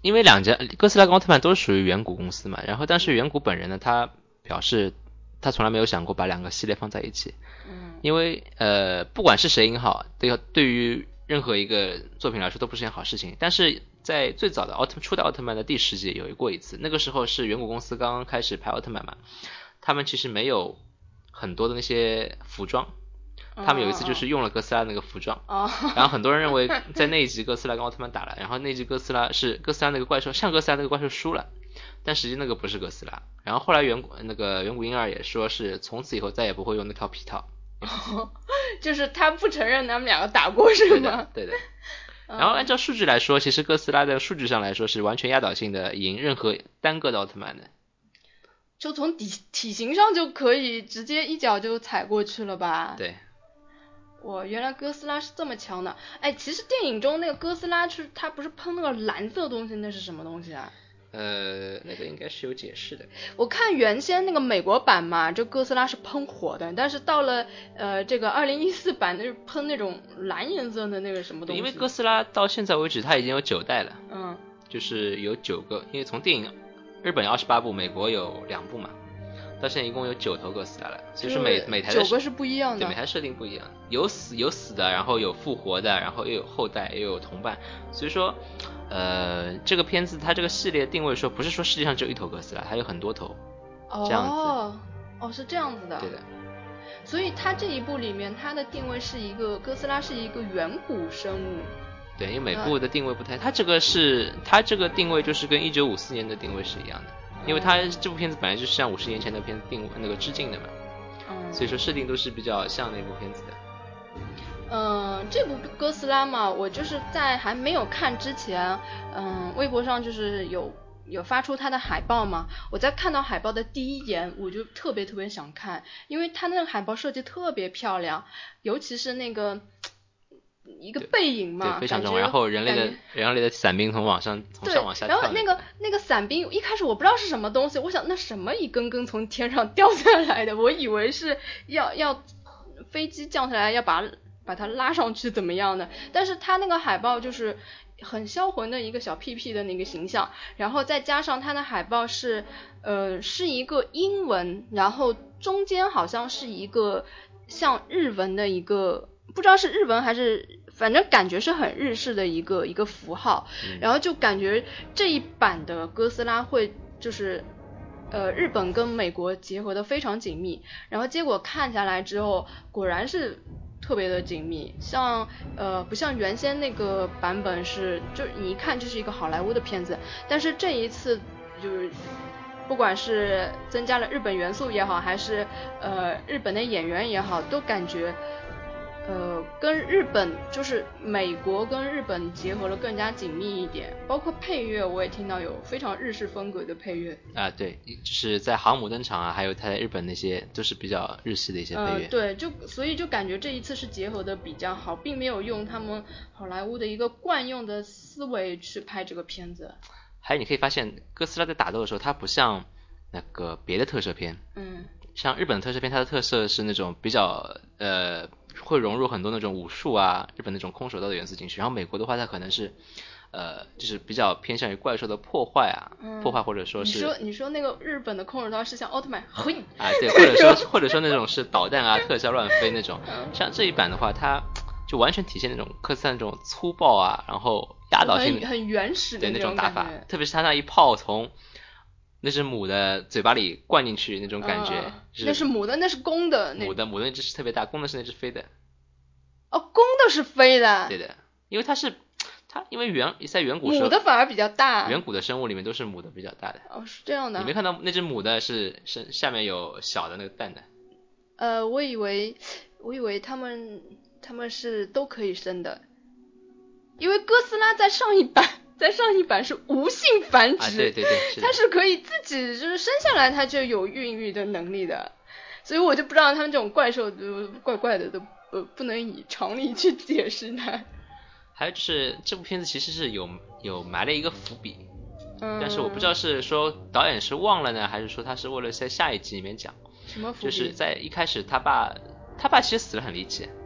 因为两家哥斯拉跟奥特曼都是属于远古公司嘛，然后但是远古本人呢，他表示他从来没有想过把两个系列放在一起， 嗯， 因为呃不管是谁赢好，对对于任何一个作品来说都不是件好事情。但是在最早的奥特初代奥特曼的第十集有过一次，那个时候是远古公司刚刚开始拍奥特曼嘛，他们其实没有很多的那些服装。他们有一次就是用了哥斯拉那个服装， 哦， 然后很多人认为在那一集哥斯拉跟奥特曼打了，然后那一集哥斯拉是哥斯拉那个怪兽，像哥斯拉那个怪兽输了，但实际那个不是哥斯拉。然后后来远古那个远古婴儿也说是从此以后再也不会用那套皮套， 哦，就是他不承认他们两个打过是吗？ 对的，对的。然后按照数据来说，其实哥斯拉在数据上来说是完全压倒性的赢任何单个的奥特曼的。 就从体体型上就可以直接一脚就踩过去了吧？ 对。 哇，原来哥斯拉是这么强的！哎，其实电影中那个哥斯拉是他不是喷那个蓝色东西，那是什么东西啊？ 呃，那个应该是有解释的。 我看原先那个美国版嘛，这哥斯拉是喷火的，但是到了呃这个二零一四版，那是喷那种蓝颜色的那个什么东西。 因为哥斯拉到现在为止，它已经有九代了。 嗯。 就是有九个，因为从电影日本有二十八部，美国有两部嘛。到现在一共有九头哥斯拉了，所以说每每台的九个是不一样的， 对，每台设定不一样，有死有死的，然后有复活的，然后又有后代，又有同伴，所以说，呃，这个片子它这个系列定位说不是说世界上只有一头哥斯拉，它有很多头， 哦、 这样子， 哦，是这样子的， 对的， 所以它这一部里面它的定位是一个哥斯拉是一个远古生物。 对，因为每部的定位不太，它这个是它这个定位就是跟一九五四年的定位是一样的。因为它这部片子本来就是向五十年前的片子定那个致敬的嘛，嗯，所以说设定都是比较像那部片子的。 嗯、呃，这部哥斯拉嘛，我就是在还没有看之前，嗯、呃，微博上就是有有发出它的海报嘛，我在看到海报的第一眼，我就特别特别想看，因为它那个海报设计特别漂亮，尤其是那个。一个背影嘛， 对，非常重要。然后人类的人类的伞兵从往上从上往下跳， 然后那个那个伞兵一开始我不知道是什么东西，我想那什么一根根从天上掉下来的，我以为是要要飞机降下来要把把它拉上去怎么样的，但是他那个海报就是很销魂的一个小屁屁的那个形象，然后再加上他的海报是呃是一个英文，然后中间好像是一个像日文的一个。不知道是日文还是，反正感觉是很日式的一个一个符号，嗯、然后就感觉这一版的哥斯拉会就是，呃，日本跟美国结合的非常紧密，然后结果看下来之后，果然是特别的紧密，像呃不像原先那个版本是，就你一看就是一个好莱坞的片子，但是这一次就是。不管是增加了日本元素也好，还是呃日本的演员也好，都感觉。呃，跟日本就是美国跟日本结合了更加紧密一点，包括配乐我也听到有非常日式风格的配乐啊，对，就是在航母登场啊，还有它在日本那些都是比较日系的一些配乐。 呃，对，就所以就感觉这一次是结合的比较好，并没有用他们好莱坞的一个惯用的思维去拍这个片子。 还有你可以发现，哥斯拉在打斗的时候，它不像那个别的特摄片， 嗯， 像日本的特摄片，它的特色是那种比较呃。会融入很多那种武术啊，日本那种空手道的元素进去。然后美国的话，它可能是，呃，就是比较偏向于怪兽的破坏啊，嗯、破坏或者说是。 你说你说那个日本的空手道是像奥特曼，嘿啊对，或者说或者说那种是导弹啊，特效乱飞那种。像这一版的话，它就完全体现那种哥斯拉那种粗暴啊，然后压倒性很很原始的那种打法，特别是他那一炮从。那只母的嘴巴里灌进去那种感觉， 嗯、那是母的，那是公的。 母的母的那只是特别大，公的是那只飞的。 哦，公的是飞的。 对的，因为它是它，因为远在远古母的反而比较大。 远古的生物里面都是母的比较大的。 哦，是这样的。 你没看到那只母的是是下面有小的那个蛋的？ 呃，我以为我以为他们他们是都可以生的，因为哥斯拉在上一版。在上一版是无性繁殖， 啊、对对对， 它是可以自己就是生下来它就有孕育的能力的，所以我就不知道他们这种怪兽都怪怪的，都呃不能以常理去解释它。 还有就是这部片子其实是有有埋了一个伏笔， 嗯， 但是我不知道是说导演是忘了呢，还是说他是为了在下一集里面讲。 什么伏笔？ 就是在一开始他爸他爸其实死得很离奇。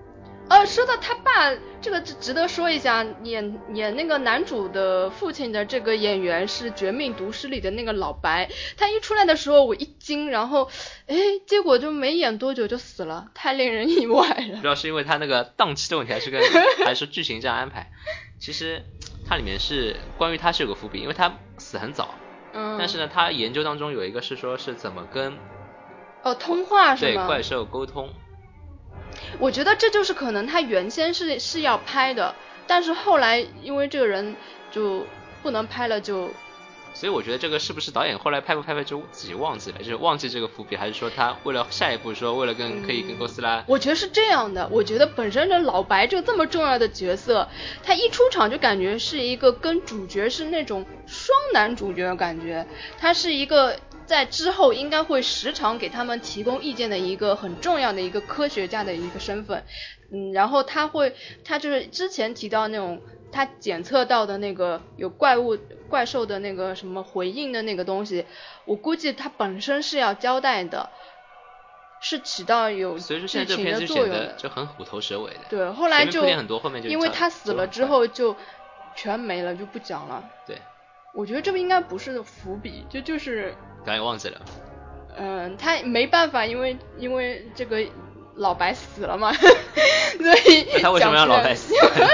呃，说到他爸，这个值得说一下，演演那个男主的父亲的这个演员是《绝命毒师》里的那个老白，他一出来的时候我一惊，然后哎，结果就没演多久就死了，太令人意外了。 不知道是因为他那个档期的问题，还是跟还是剧情这样安排。其实它里面是关于他是有个伏笔，因为他死很早，嗯，但是呢，他研究当中有一个是说是怎么跟哦通话是吗？ 对怪兽沟通。 我觉得这就是可能他原先是是要拍的，但是后来因为这个人就不能拍了就。 所以我觉得这个是不是导演后来拍不拍拍就自己忘记了，就是忘记这个伏笔，还是说他为了下一步说为了跟、嗯、可以跟哥斯拉。 我觉得是这样的，我觉得本身这老白这个这么重要的角色，他一出场就感觉是一个跟主角是那种双男主角的感觉，他是一个在之后应该会时常给他们提供意见的一个很重要的一个科学家的一个身份。嗯，然后他会他就是之前提到那种他检测到的那个有怪物怪兽的那个什么回应的那个东西，我估计他本身是要交代的，是起到有剧情的作用的， 就很虎头蛇尾的。 对，后来就很多后面就因为他死了之后就全没了，就不讲了。 对， 我觉得这个应该不是伏笔，这就是导演忘记了。 嗯，他没办法，因为因为这个老白死了嘛，所以他为什么让老白死？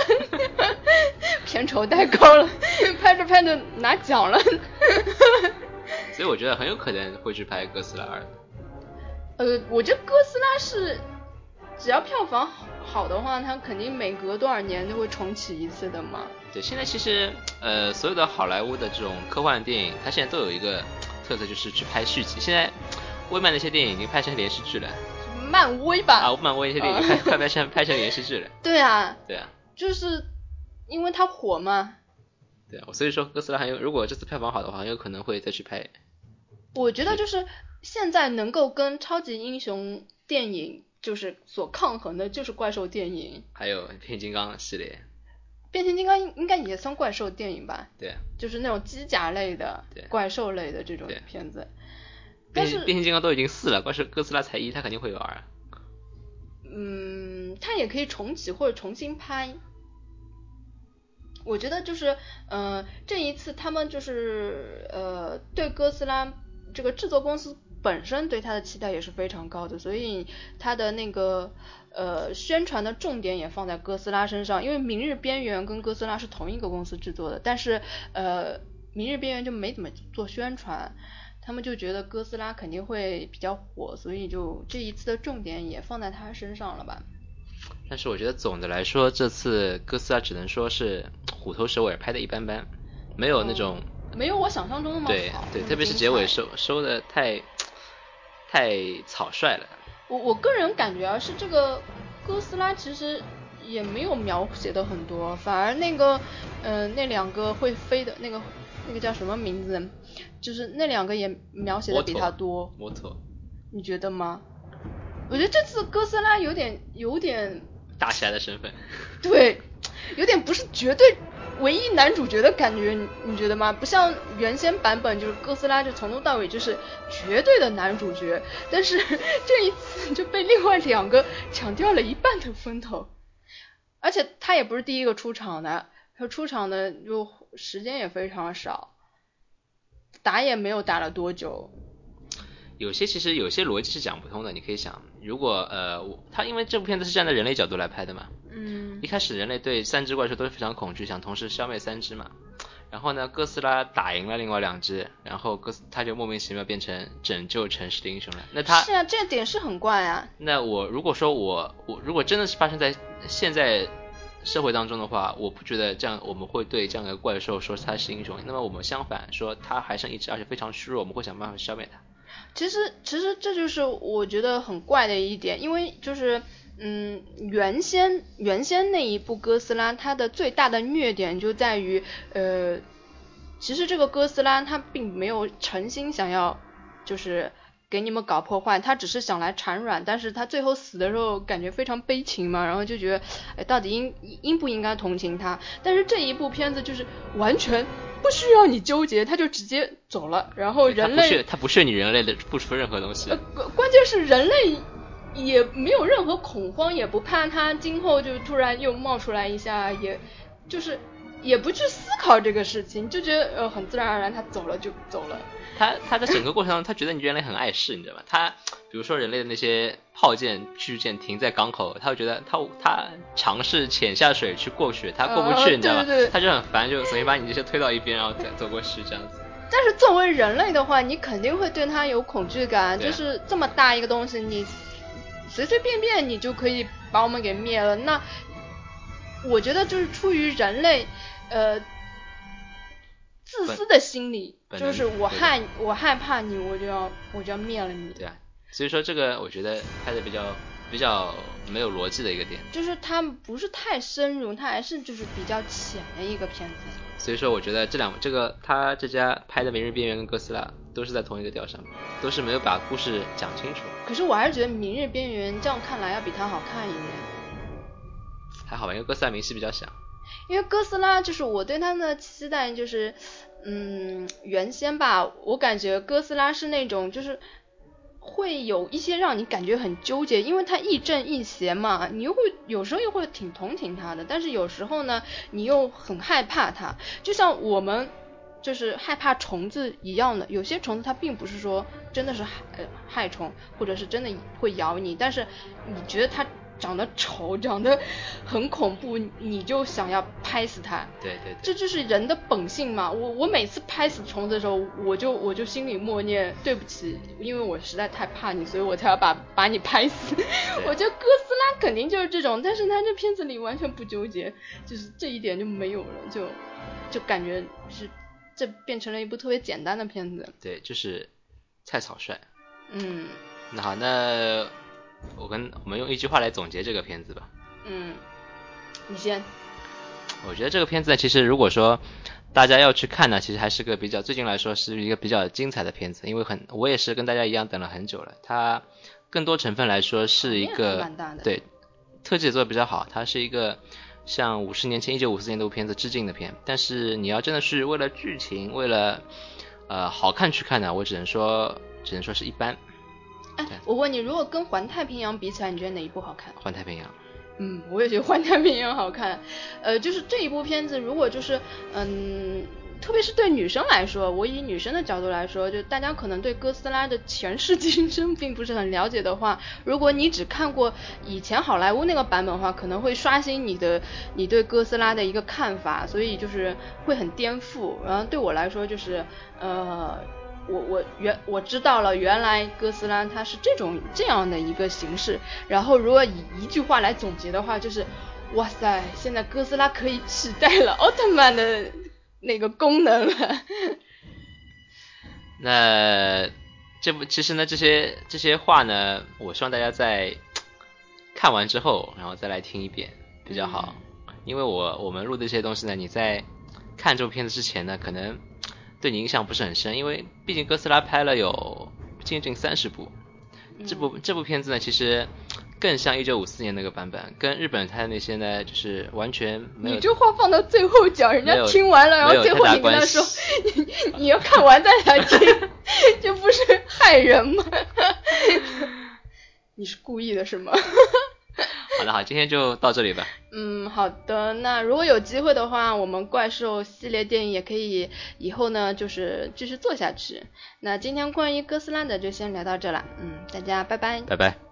片酬太高了，拍着拍着拿奖了。 所以我觉得很有可能会去拍哥斯拉二。 呃，我觉得哥斯拉是只要票房好的话，它肯定每隔多少年都会重启一次的嘛。 对，现在其实呃所有的好莱坞的这种科幻电影，它现在都有一个特色，就是去拍续集。现在微漫那些电影已经拍成连续剧了。 漫威吧？ 啊，漫威那些电影快拍成拍成连续剧了。 对啊。 对啊。 就是因为它火嘛。 对啊，所以说哥斯拉很有，如果这次票房好的话，很有可能会再去拍。 我觉得就是现在能够跟超级英雄电影就是所抗衡的，就是怪兽电影。 还有变形金刚系列。 变形金刚应该也算怪兽电影吧？ 对啊。 就是那种机甲类的、怪兽类的这种片子。 但是变形金刚都已经四了，怪兽哥斯拉才一，它肯定会有二。 嗯，它也可以重启或者重新拍。我觉得就是呃这一次他们就是呃对哥斯拉这个制作公司本身对它的期待也是非常高的，所以它的那个呃宣传的重点也放在哥斯拉身上，因为明日边缘跟哥斯拉是同一个公司制作的，但是呃明日边缘就没怎么做宣传，他们就觉得哥斯拉肯定会比较火，所以就这一次的重点也放在他身上了吧。 但是我觉得总的来说，这次哥斯拉只能说是虎头蛇尾，拍的一般般，没有那种、 嗯、没有我想象中那么好。 对对，特别是结尾收收的太太草率了。 我我个人感觉啊，是这个哥斯拉其实也没有描写的很多，反而那个呃那两个会飞的那个那个叫什么名字，就是那两个也描写的比他多。 摩托。 你觉得吗？我觉得这次哥斯拉有点有点大侠的身份。 对，有点不是绝对唯一男主角的感觉，你你觉得吗？不像原先版本就是哥斯拉就从头到尾就是绝对的男主角，但是这一次就被另外两个抢掉了一半的风头，而且他也不是第一个出场的，他出场的就时间也非常少，打也没有打了多久。 有些其实有些逻辑是讲不通的，你可以想，如果呃他因为这部片子是站在人类角度来拍的嘛， 嗯， 一开始人类对三只怪兽都是非常恐惧，想同时消灭三只嘛，然后呢哥斯拉打赢了另外两只，然后哥斯他就莫名其妙变成拯救城市的英雄了。那他是啊，这点是很怪啊。 那我如果说我我如果真的是发生在现在社会当中的话，我不觉得这样我们会对这样一个怪兽说他是英雄，那么我们相反说他还剩一只而且非常虚弱，我们会想办法消灭他。 其实其实这就是我觉得很怪的一点，因为就是嗯原先原先那一部哥斯拉它的最大的虐点就在于呃其实这个哥斯拉它并没有诚心想要就是给你们搞破坏，他只是想来产卵，但是他最后死的时候感觉非常悲情嘛，然后就觉得哎到底应应不应该同情他，但是这一部片子就是完全不需要你纠结，他就直接走了，然后人类他不屑他不屑你人类的付出任何东西。 呃，关键是人类也没有任何恐慌，也不怕他今后就突然又冒出来一下，也就是也不去思考这个事情，就觉得呃很自然而然他走了就走了。 他他在整个过程中，他觉得你人类很碍事，你知道吧？他比如说人类的那些炮舰、驱逐舰停在港口，他会觉得他他尝试潜下水去过去，他过不去， 呃、 你知道吧？ 对对对， 他就很烦，就所以把你这些推到一边，然后再走过去这样子。 但是作为人类的话，你肯定会对它有恐惧感， 对就是这么大一个东西，你随随便便你就可以把我们给灭了。那我觉得就是出于人类呃自私的心理，就是我害我害怕你，我就要我就要灭了你。 对啊，所以说这个我觉得拍的比较比较没有逻辑的一个点， 就是它不是太深入，它还是就是比较浅的一个片子。 所以说我觉得这两这个他这家拍的《明日边缘》跟哥斯拉都是在同一个调上，都是没有把故事讲清楚。 可是我还是觉得《明日边缘》这样看来要比它好看一点。 还好吧，因为哥斯拉名气比较小。 因为哥斯拉就是我对它的期待就是，嗯，原先吧，我感觉哥斯拉是那种就是会有一些让你感觉很纠结，因为它亦正亦邪嘛，你又会有时候又会挺同情它的，但是有时候呢，你又很害怕它，就像我们就是害怕虫子一样的，有些虫子它并不是说真的是害害虫，或者是真的会咬你，但是你觉得它长得丑，长得很恐怖，你就想要拍死它。 对对对， 这就是人的本性嘛。我我每次拍死虫子的时候，我就我就心里默念对不起，因为我实在太怕你，所以我才要把把你拍死。我觉得哥斯拉肯定就是这种，但是他这片子里完全不纠结，就是这一点就没有了，就就感觉是这变成了一部特别简单的片子。 对，就是菜草率。 嗯。 那好，那我跟我们用一句话来总结这个片子吧。 嗯，你先。 我觉得这个片子其实如果说大家要去看呢，其实还是个比较最近来说是一个比较精彩的片子，因为很我也是跟大家一样等了很久了。它更多成分来说是一个对特技做的比较好，它是一个向五十年前一九五四年那部片子致敬的片，但是你要真的是为了剧情为了呃好看去看呢，我只能说只能说是一般。 哎，我问你，如果跟环太平洋比起来，你觉得哪一部好看？ 环太平洋。 嗯，我也觉得环太平洋好看。呃，就是这一部片子，如果就是嗯，特别是对女生来说，我以女生的角度来说，就大家可能对哥斯拉的前世今生并不是很了解的话，如果你只看过以前好莱坞那个版本的话，可能会刷新你的你对哥斯拉的一个看法，所以就是会很颠覆。然后对我来说，就是呃。我我原我知道了，原来哥斯拉它是这种这样的一个形式。然后如果以一句话来总结的话，就是哇塞，现在哥斯拉可以取代了奥特曼的那个功能了。 那这部其实呢，这些这些话呢，我希望大家在看完之后，然后再来听一遍比较好。嗯、因为我我们录的这些东西呢，你在看这部片子之前呢，可能对你影响不是很深，因为毕竟哥斯拉拍了有接近三十部，这部这部片子呢，其实更像一九五四年那个版本，跟日本拍的那些呢，就是完全没有。 你这话放到最后讲，人家听完了，然后最后你跟他说，你你要看完再来听，这不是害人吗？你是故意的是吗？ 好的，好，今天就到这里吧。 嗯，好的。那如果有机会的话，我们怪兽系列电影也可以以后呢，就是继续做下去。那今天关于哥斯拉的就先聊到这了。嗯，大家拜拜。 拜拜。